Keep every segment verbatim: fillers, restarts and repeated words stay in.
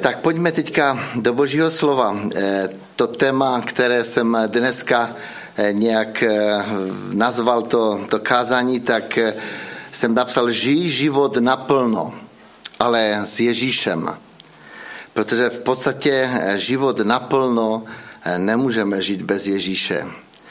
Tak pojďme teďka do Božího slova. To téma, které jsem dneska nějak nazval to, to kázání, tak jsem napsal žij život naplno, ale s Ježíšem. Protože v podstatě život naplno nemůžeme žít bez Ježíše.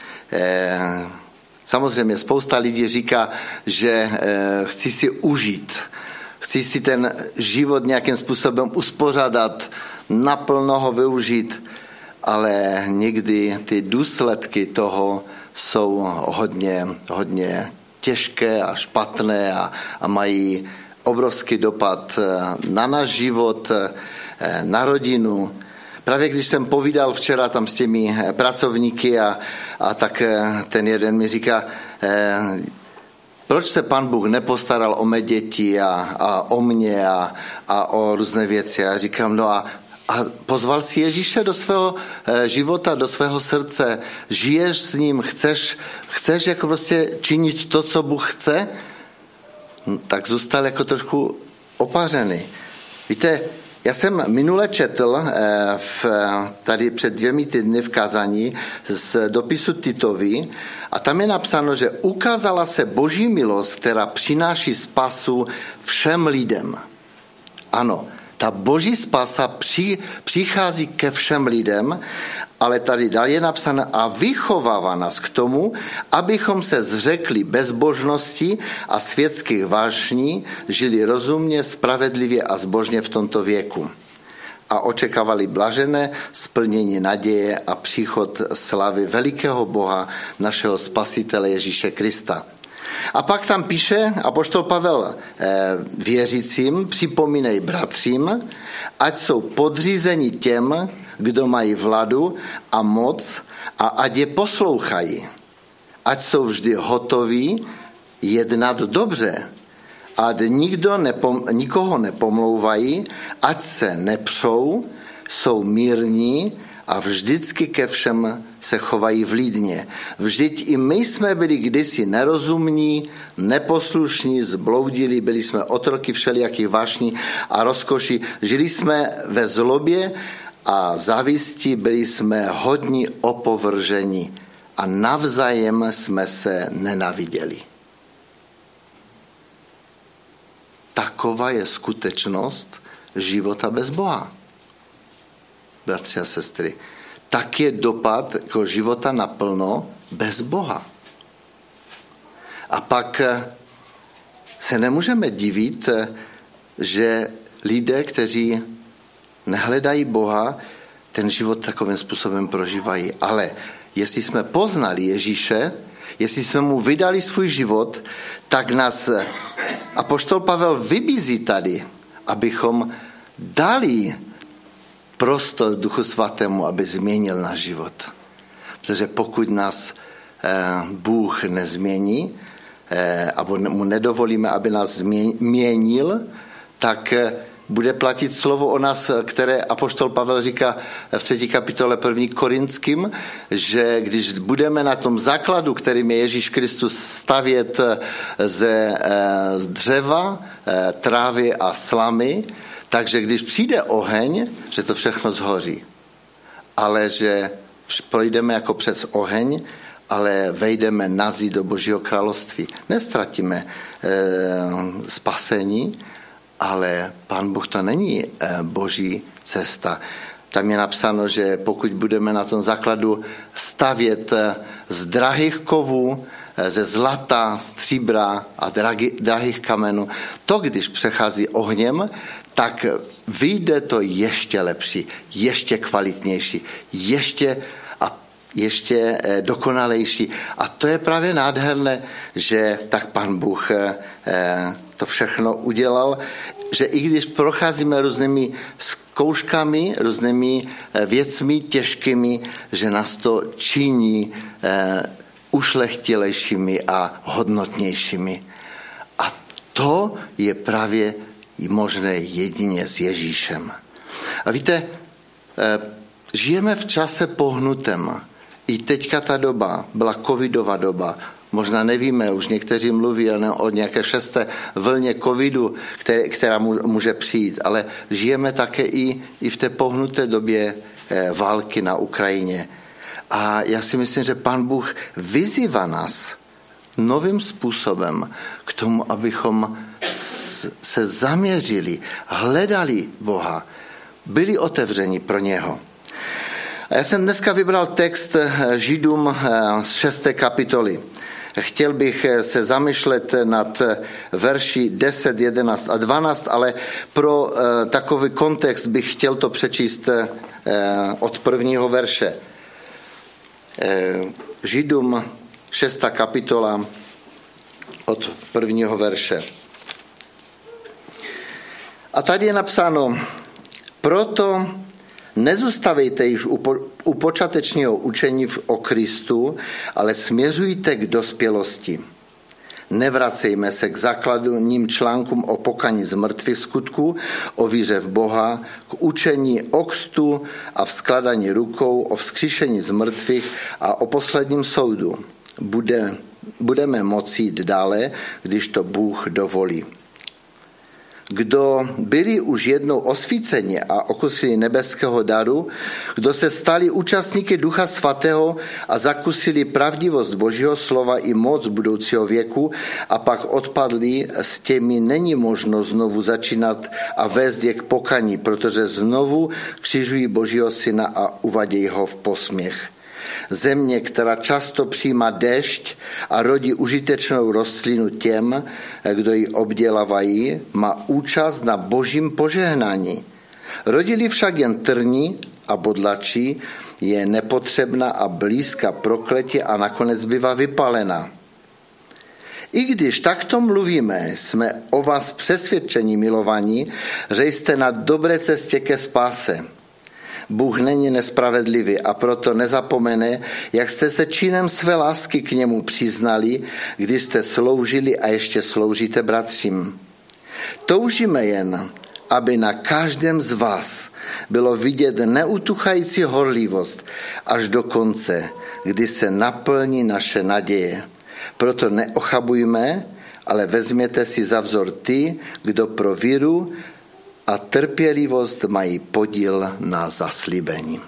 Samozřejmě spousta lidí říká, že chci si užít, chci si ten život nějakým způsobem uspořádat, naplno ho využít, ale někdy ty důsledky toho jsou hodně, hodně těžké a špatné a, a mají obrovský dopad na náš život, na rodinu. Právě když jsem povídal včera tam s těmi pracovníky a, a tak ten jeden mi říká, eh, proč se Pan Bůh nepostaral o mé děti a, a o mě a, a o různé věci. Já říkám, no a, a pozval si Ježíše do svého života, do svého srdce. Žiješ s ním, chceš, chceš jako prostě činit to, co Bůh chce? Tak zůstal jako trošku opařený. Víte, já jsem minule četl v, tady před dvěmi týdny v kázání z dopisu Titovi a tam je napsáno, že ukázala se Boží milost, která přináší spasu všem lidem. Ano, ta Boží spasa při, přichází ke všem lidem, ale tady dál je napsáno a vychovává nás k tomu, abychom se zřekli bezbožnosti a světských vášní, žili rozumně, spravedlivě a zbožně v tomto věku a očekávali blažené splnění naděje a příchod slávy velikého Boha, našeho Spasitele Ježíše Krista. A pak tam píše apoštol Pavel věřícím, připomínej bratřím, ať jsou podřízeni těm, kdo mají vládu a moc a ať je poslouchají. Ať jsou vždy hotoví jednat dobře. Ať nikdo nepom, nikoho nepomlouvají, ať se nepřou, jsou mírní a vždycky ke všem se chovají vlídně. Vždyť i my jsme byli kdysi nerozumní, neposlušní, zbloudili, byli jsme otroky všelijakých vášní a rozkoší. Žili jsme ve zlobě a závisti, byli jsme hodní opovržení a navzájem jsme se nenáviděli. Taková je skutečnost života bez Boha. Bratři a sestry, tak je dopad jako života naplno bez Boha. A pak se nemůžeme divit, že lidé, kteří nehledají Boha, ten život takovým způsobem prožívají. Ale jestli jsme poznali Ježíše, jestli jsme mu vydali svůj život, tak nás apoštol Pavel vybízí tady, abychom dali prostor Duchu Svatému, aby změnil náš život. Protože pokud nás Bůh nezmění, nebo mu nedovolíme, aby nás změnil, tak bude platit slovo o nás, které apoštol Pavel říká v třetí kapitole první Korinským, že když budeme na tom základu, kterým je Ježíš Kristus, stavět ze dřeva, trávy a slamy, takže když přijde oheň, že to všechno zhoří. Ale že projdeme jako přes oheň, ale vejdeme nazí do Božího království. Nestratíme e, spasení, ale Pán Bůh to není e, Boží cesta. Tam je napsáno, že pokud budeme na tom základu stavět z drahých kovů, ze zlata, stříbra a drahý, drahých kamenů, to, když přechází ohněm, tak vyjde to ještě lepší, ještě kvalitnější, ještě a ještě dokonalejší. A to je právě nádherné, že tak Pán Bůh to všechno udělal, že i když procházíme různými zkouškami, různými věcmi těžkými, že nás to činí ušlechtilejšími a hodnotnějšími. A to je právě možné jedině s Ježíšem. A víte, žijeme v čase pohnutém. I teďka ta doba byla covidová doba. možná nevíme, už někteří mluví o nějaké šesté vlně covidu, která může přijít, ale žijeme také i, i v té pohnuté době války na Ukrajině. A já si myslím, že Pán Bůh vyzývá nás novým způsobem k tomu, abychom se zaměřili, hledali Boha, byli otevřeni pro něho. A já jsem dneska vybral text Židům z šesté kapitoly. Chtěl bych se zamýšlet nad verši deset, jedenáct a dvanáct, ale pro takový kontext bych chtěl to přečíst od prvního verše. Židům šestá kapitola od prvního verše. A tady je napsáno: proto nezůstavejte již u, po, u počátečního učení o Kristu, ale směřujte k dospělosti. Nevracejme se k základním článkům o pokání z mrtvých skutků, o víře v Boha, k učení o křtu a vzkladání rukou, o vzkříšení z mrtvých a o posledním soudu. Bude, budeme moci jít dále, když to Bůh dovolí. Kdo byli už jednou osvíceni a okusili nebeského daru, kdo se stali účastníky Ducha Svatého a zakusili pravdivost Božího slova i moc budoucího věku a pak odpadli, s těmi není možno znovu začínat a vést je k pokání, protože znovu křižují Božího syna a uvadějí ho v posměch. Země, která často přijímá déšť a rodí užitečnou rostlinu těm, kdo ji obdělávají, má účast na Božím požehnání. Rodili však jen trní a bodlačí, je nepotřebná a blízká prokletí a nakonec bývá vypálena. I když takto mluvíme, jsme o vás přesvědčeni, milovaní, že jste na dobré cestě ke spáse. Bůh není nespravedlivý a proto nezapomene, jak jste se činem své lásky k němu přiznali, když jste sloužili a ještě sloužíte bratřím. Toužíme jen, aby na každém z vás bylo vidět neutuchající horlivost až do konce, kdy se naplní naše naděje. Proto neochabujme, ale vezměte si za vzor ty, kdo pro víru a trpělivost mají podíl na zaslíbení.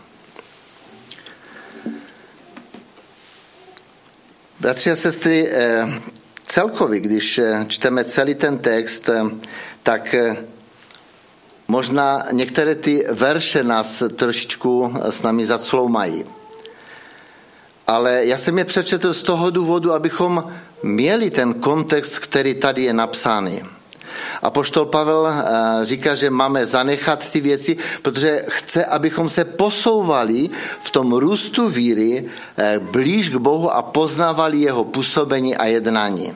Bratři a sestry, celkově, když čteme celý ten text, tak možná některé ty verše nás trošičku s námi zacloumají. Ale já jsem je přečetl z toho důvodu, abychom měli ten kontext, který tady je napsaný. Apoštol Pavel říká, že máme zanechat ty věci, protože chce, abychom se posouvali v tom růstu víry blíž k Bohu a poznávali jeho působení a jednání.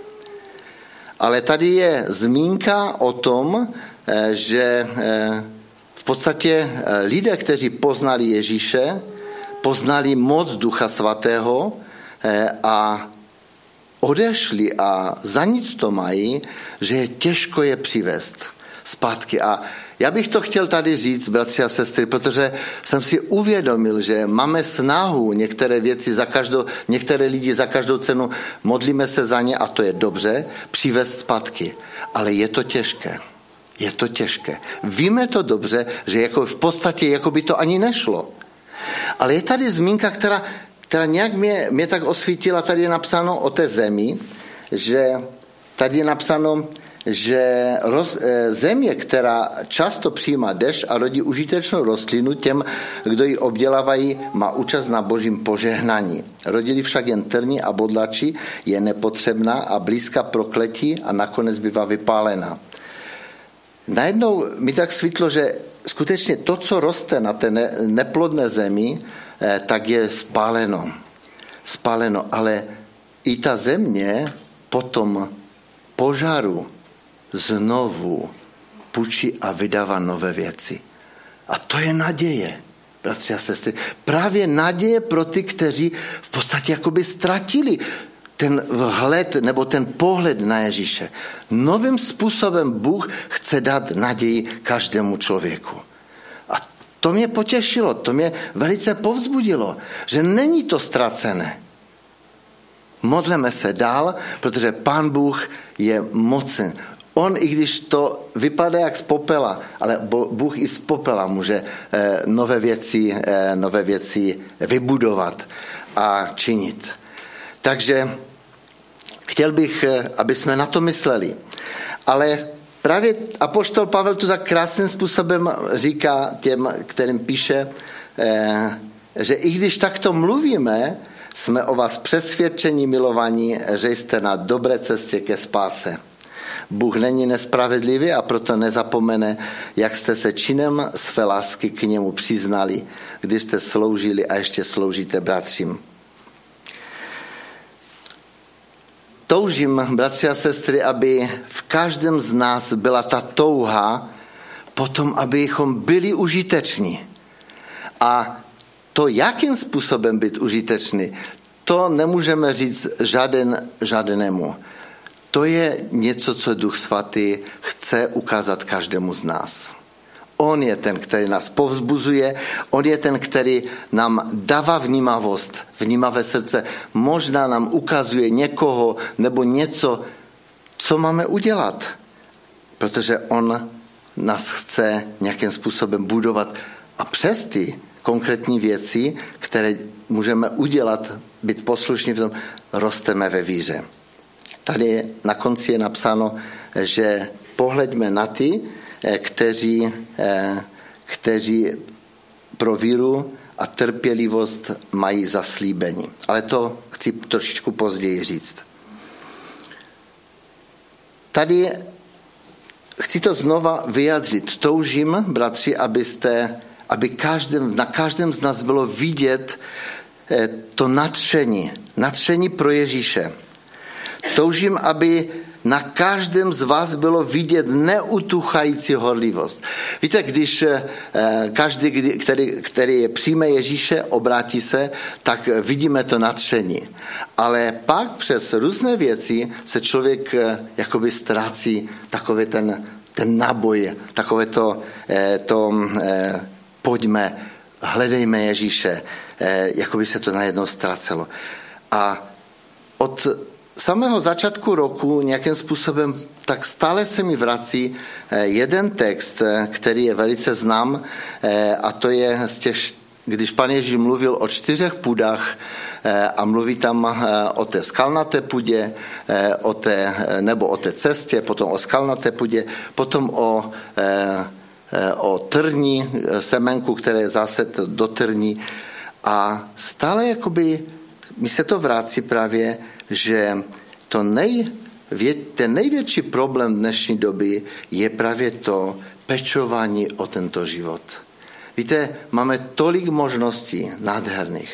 Ale tady je zmínka o tom, že v podstatě lidé, kteří poznali Ježíše, poznali moc Ducha Svatého a odešli a za nic to mají, že je těžko je přivést zpátky. A já bych to chtěl tady říct, bratři a sestry, protože jsem si uvědomil, že máme snahu některé věci za každou, některé lidi za každou cenu, modlíme se za ně a to je dobře, přivést zpátky. Ale je to těžké. Je to těžké. Víme to dobře, že jako v podstatě jako by to ani nešlo. Ale je tady zmínka, která která nějak mě, mě tak osvítila, tady je napsáno o té zemi, že tady je napsáno, že roz, země, která často přijímá déšť a rodí užitečnou rostlinu těm, kdo ji obdělávají, má účast na Božím požehnání. Rodili však jen trní a bodlači, je nepotřebná a blízká prokletí a nakonec bývá vypálena. Najednou mi tak svítlo, že skutečně to, co roste na té ne, neplodné zemi, tak je spáleno. Spáleno, ale i ta země potom požaru znovu pučí a vydává nové věci. A to je naděje, bratři a sestry. Právě naděje pro ty, kteří v podstatě jakoby ztratili ten vhled nebo ten pohled na Ježíše. Novým způsobem Bůh chce dát naději každému člověku. A to mě potěšilo, to mě velice povzbudilo, že není to ztracené. Modleme se dál, protože Pán Bůh je mocen. On, i když to vypadá jak z popela, ale Bůh i z popela může eh, nové věci, eh, nové věci vybudovat a činit. Takže chtěl bych, aby jsme na to mysleli. Ale právě apoštol Pavel tu tak krásným způsobem říká těm, kterým píše, eh, že i když takto mluvíme, jsme o vás přesvědčení, milovaní, že jste na dobré cestě ke spáse. Bůh není nespravedlivý a proto nezapomene, jak jste se činem své lásky k němu přiznali, když jste sloužili a ještě sloužíte bratřím. Toužím, bratři a sestry, aby v každém z nás byla ta touha potom, abychom byli užiteční. A to, jakým způsobem být užitečný, to nemůžeme říct žáden, žádnému. To je něco, co Duch Svatý chce ukázat každému z nás. On je ten, který nás povzbuzuje, on je ten, který nám dává vnímavost, vnímavé srdce. Možná nám ukazuje někoho nebo něco, co máme udělat. Protože on nás chce nějakým způsobem budovat. A přes ty konkrétní věci, které můžeme udělat, být poslušní v tom, rosteme ve víře. Tady na konci je napsáno, že pohleďme na ty, kteří, kteří pro víru a trpělivost mají zaslíbení. Ale to chci trošičku později říct. Tady chci to znova vyjádřit. Toužím, bratři, abyste, aby každém, na každém z nás bylo vidět to nadšení, nadšení pro Ježíše. Toužím, aby na každém z vás bylo vidět neutuchající horlivost. Víte, když každý, který, který přijme Ježíše, obrátí se, tak vidíme to nadšení. Ale pak přes různé věci se člověk jakoby ztrácí takový ten, ten náboj, takové to, to pojďme, hledejme Ježíše, jakoby se to najednou ztrácelo. A od samého začátku roku nějakým způsobem tak stále se mi vrací jeden text, který je velice znám, a to je z těch, když Pán Ježíš mluvil o čtyřech půdách a mluví tam o té skalnaté půdě, o té, nebo o té cestě, potom o skalnaté půdě, potom o, o trní, semenku, které je zasет do trní. A stále jakoby mi se to vrací právě, že to nej, ten největší problém dnešní doby je právě to pečování o tento život. Víte, máme tolik možností nádherných.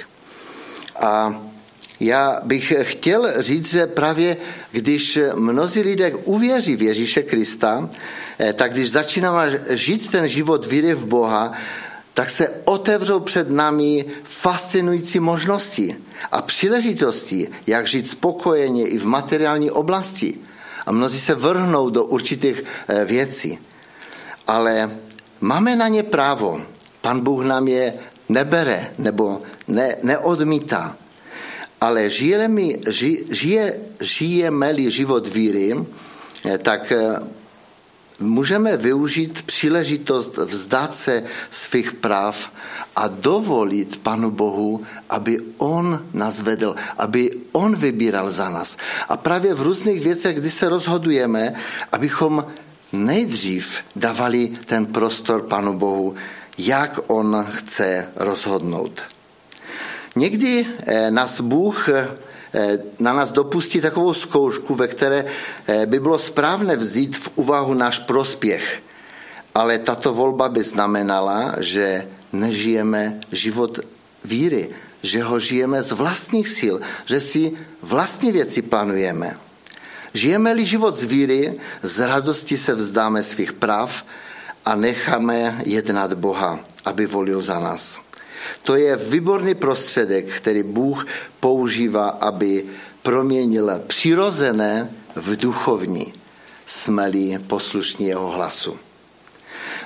A já bych chtěl říct, že právě když mnozí lidé uvěří v Ježíše Krista, tak když začínáme žít ten život víry v Boha, tak se otevřou před námi fascinující možnosti a příležitosti, jak žít spokojeně i v materiální oblasti. A mnozí se vrhnou do určitých věcí. Ale máme na ně právo. Pan Bůh nám je nebere nebo ne, neodmítá. Ale žijeme, žije, žijeme-li život víry, tak můžeme využít příležitost vzdát se svých práv a dovolit Panu Bohu, aby on nás vedl, aby on vybíral za nás. A právě v různých věcech, kdy se rozhodujeme, abychom nejdřív dávali ten prostor Panu Bohu, jak on chce rozhodnout. Někdy nás Bůh na nás dopustí takovou zkoušku, ve které by bylo správné vzít v úvahu náš prospěch. Ale tato volba by znamenala, že nežijeme život víry, že ho žijeme z vlastních sil, že si vlastní věci plánujeme. Žijeme-li život z víry, z radosti se vzdáme svých práv a necháme jednat Boha, aby volil za nás. To je výborný prostředek, který Bůh používá, aby proměnil přirozené v duchovní, jsme-li poslušní jeho hlasu.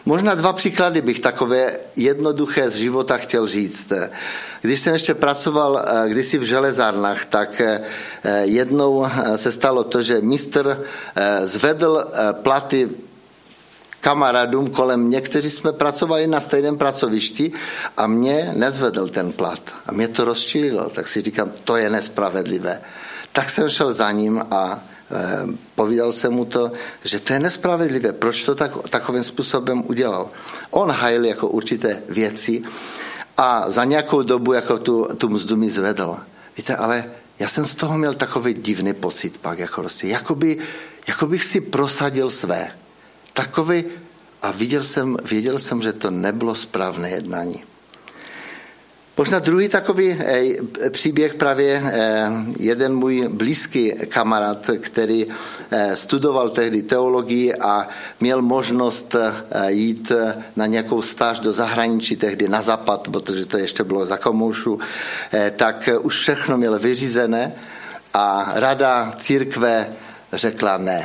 Možná dva příklady bych takové jednoduché z života chtěl říct. Když jsem ještě pracoval kdysi v železárnách, tak jednou se stalo to, že mistr zvedl platy kamarádům kolem mě, kteří jsme pracovali na stejném pracovišti a mě nezvedl ten plat. A mě to rozčililo, tak si říkám, to je nespravedlivé. Tak jsem šel za ním a e, povídal jsem mu to, že to je nespravedlivé, proč to tak, takovým způsobem udělal. On hajil jako určité věci a za nějakou dobu jako tu, tu mzdu mi zvedl. Víte, ale já jsem z toho měl takový divný pocit pak, jako prostě, jakoby, jako bych si prosadil své. Takový, a viděl jsem, věděl jsem, že to nebylo správné jednání. Možná druhý takový eh, příběh právě eh, jeden můj blízký kamarád, který eh, studoval tehdy teologii a měl možnost eh, jít na nějakou stáž do zahraničí, tehdy na západ, protože to ještě bylo za komoušu, eh, tak eh, už všechno měl vyřízené a rada církve řekla ne.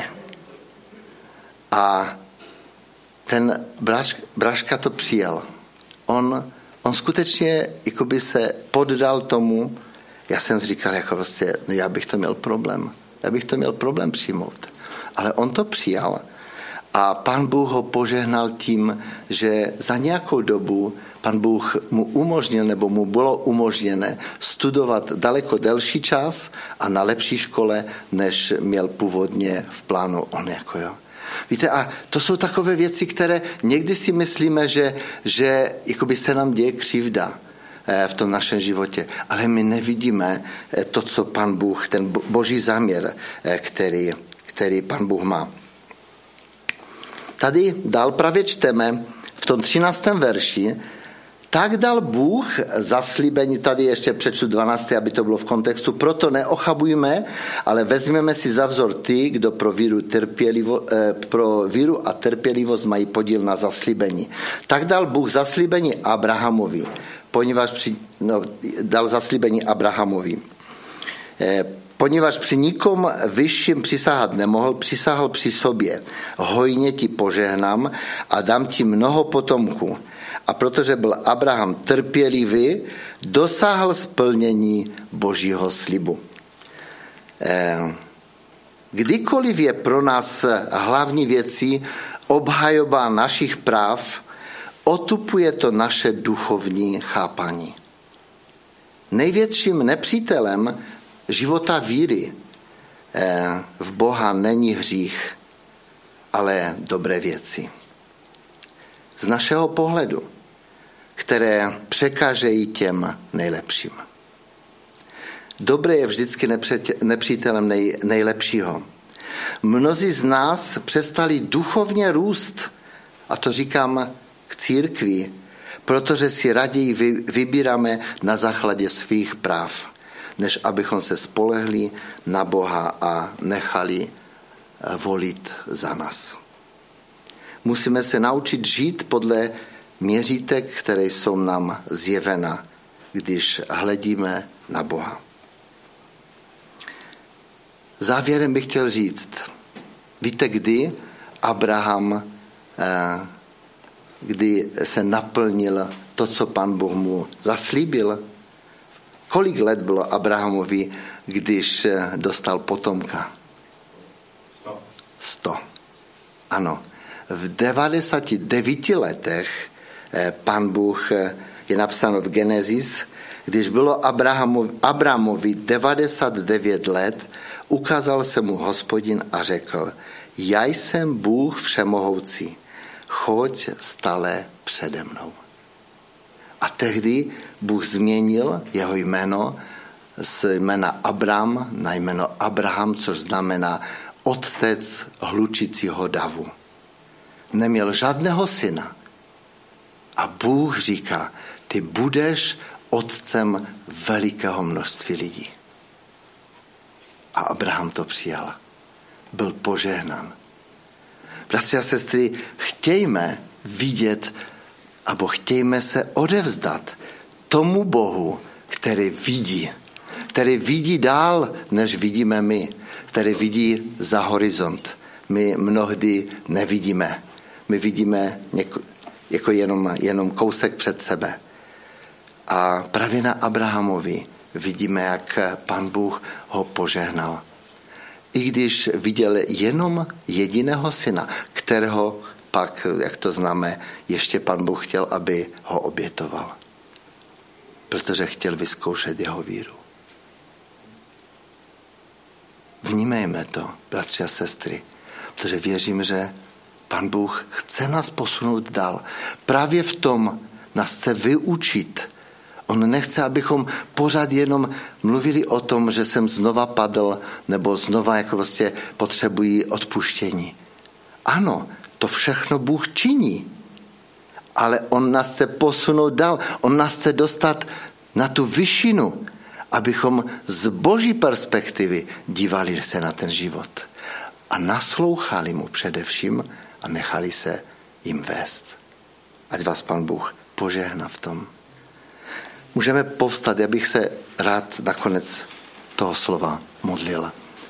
A ten braš, Braška to přijal. On, on skutečně jakoby se poddal tomu, já jsem si říkal, jako prostě, no já bych to měl problém. Já bych to měl problém přijmout. Ale on to přijal a Pán Bůh ho požehnal tím, že za nějakou dobu Pán Bůh mu umožnil, nebo mu bylo umožněné studovat daleko delší čas a na lepší škole, než měl původně v plánu on. Jako jo. Víte, a to jsou takové věci, které někdy si myslíme, že, že jakoby se nám děje křivda v tom našem životě, ale my nevidíme to, co Pán Bůh, ten boží záměr, který, který Pán Bůh má. Tady dál právě čteme v tom třináctém verši, tak dal Bůh zaslíbení, tady ještě přečtu dvanáctý, aby to bylo v kontextu, proto neochabujme, ale vezmeme si za vzor ty, kdo pro víru, trpělivo, eh, pro víru a trpělivost mají podíl na zaslíbení. Tak dal Bůh zaslíbení Abrahamovi, poněvadž při, no, dal zaslíbení Abrahamovi. Eh, Poněvadž při nikom vyšším přisahat nemohl, přisáhl při sobě. Hojně ti požehnám a dám ti mnoho potomků. A protože byl Abraham trpělivý, dosáhl splnění božího slibu. Kdykoliv je pro nás hlavní věcí obhajoba našich práv, otupuje to naše duchovní chápání. Největším nepřítelem života víry v Boha není hřích, ale dobré věci. Z našeho pohledu, které překážejí těm nejlepším. Dobré je vždycky nepřítelem nej, nejlepšího. Mnozí z nás přestali duchovně růst, a to říkám k církvi, protože si raději vy, vybíráme na základě svých práv, než abychom se spolehli na Boha a nechali volit za nás. Musíme se naučit žít podle měřítek, které jsou nám zjevena, když hledíme na Boha. Závěrem bych chtěl říct, víte, kdy Abraham, kdy se naplnil to, co Pán Bůh mu zaslíbil? Kolik let bylo Abrahamovi, když dostal potomka? Sto. Sto. Ano. V devadesáti devíti letech Pán Bůh, je napsáno v Genesis, když bylo Abrahamovi, Abrahamovi devadesát devět let, ukázal se mu Hospodin a řekl, já jsem Bůh všemohoucí, choď stále přede mnou. A tehdy Bůh změnil jeho jméno z jména Abram na jméno Abraham, což znamená otec hlučícího davu. Neměl žádného syna. A Bůh říká, ty budeš otcem velikého množství lidí. A Abraham to přijal. Byl požehnan. Bratři a sestry, chtějme vidět, abo chtějme se odevzdat tomu Bohu, který vidí. Který vidí dál, než vidíme my. Který vidí za horizont. My mnohdy nevidíme. my vidíme něko, jako jenom, jenom kousek před sebe. A právě na Abrahamovi vidíme, jak Pan Bůh ho požehnal. I když viděl jenom jediného syna, kterého pak, jak to známe, ještě Pan Bůh chtěl, aby ho obětoval. Protože chtěl vyzkoušet jeho víru. Vnímejme to, bratři a sestry, protože věřím, že Pan Bůh chce nás posunout dál. Právě v tom nás chce vyučit. On nechce, abychom pořád jenom mluvili o tom, že jsem znova padl, nebo znova jako prostě potřebují odpuštění. Ano, to všechno Bůh činí, ale on nás chce posunout dál. On nás chce dostat na tu vyššinu, abychom z Boží perspektivy dívali se na ten život a naslouchali mu především a nechali se jim vést. Ať vás Pan Bůh požehná v tom. Můžeme povstat, já bych se rád nakonec toho slova modlil.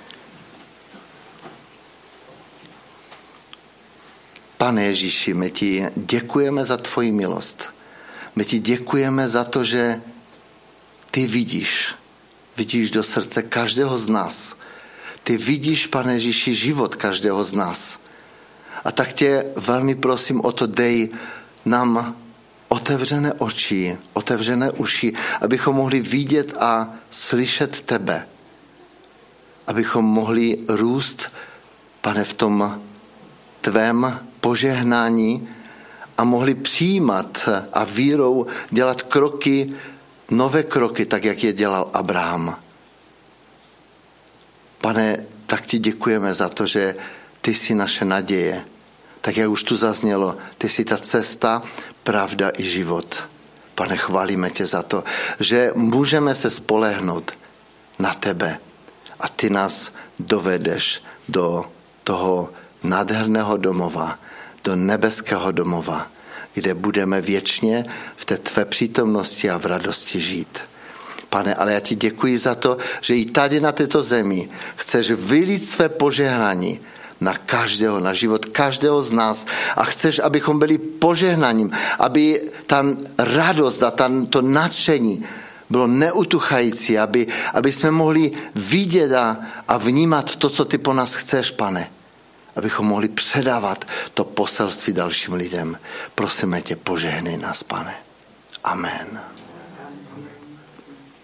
Pane Ježíši, my ti děkujeme za tvoji milost. My ti děkujeme za to, že ty vidíš, vidíš do srdce každého z nás. Ty vidíš, Pane Ježíši, život každého z nás. A tak tě velmi prosím o to, dej nám otevřené oči, otevřené uši, abychom mohli vidět a slyšet tebe. Abychom mohli růst, Pane, v tom tvém požehnání a mohli přijímat a vírou dělat kroky, nové kroky, tak jak je dělal Abraham. Pane, tak ti děkujeme za to, že ty jsi naše naděje. Tak jak už tu zaznělo, ty jsi ta cesta, pravda i život. Pane, chválíme tě za to, že můžeme se spolehnout na tebe a ty nás dovedeš do toho nádherného domova, do nebeského domova, kde budeme věčně v té tvé přítomnosti a v radosti žít. Pane, ale já ti děkuji za to, že i tady na této zemi chceš vylít své požehnání na každého, na život každého z nás a chceš, abychom byli požehnaním, aby ta radost a ta, to nadšení bylo neutuchající, aby, aby jsme mohli vidět a, a vnímat to, co ty po nás chceš, Pane. Abychom mohli předávat to poselství dalším lidem. Prosíme tě, požehnej nás, Pane. Amen.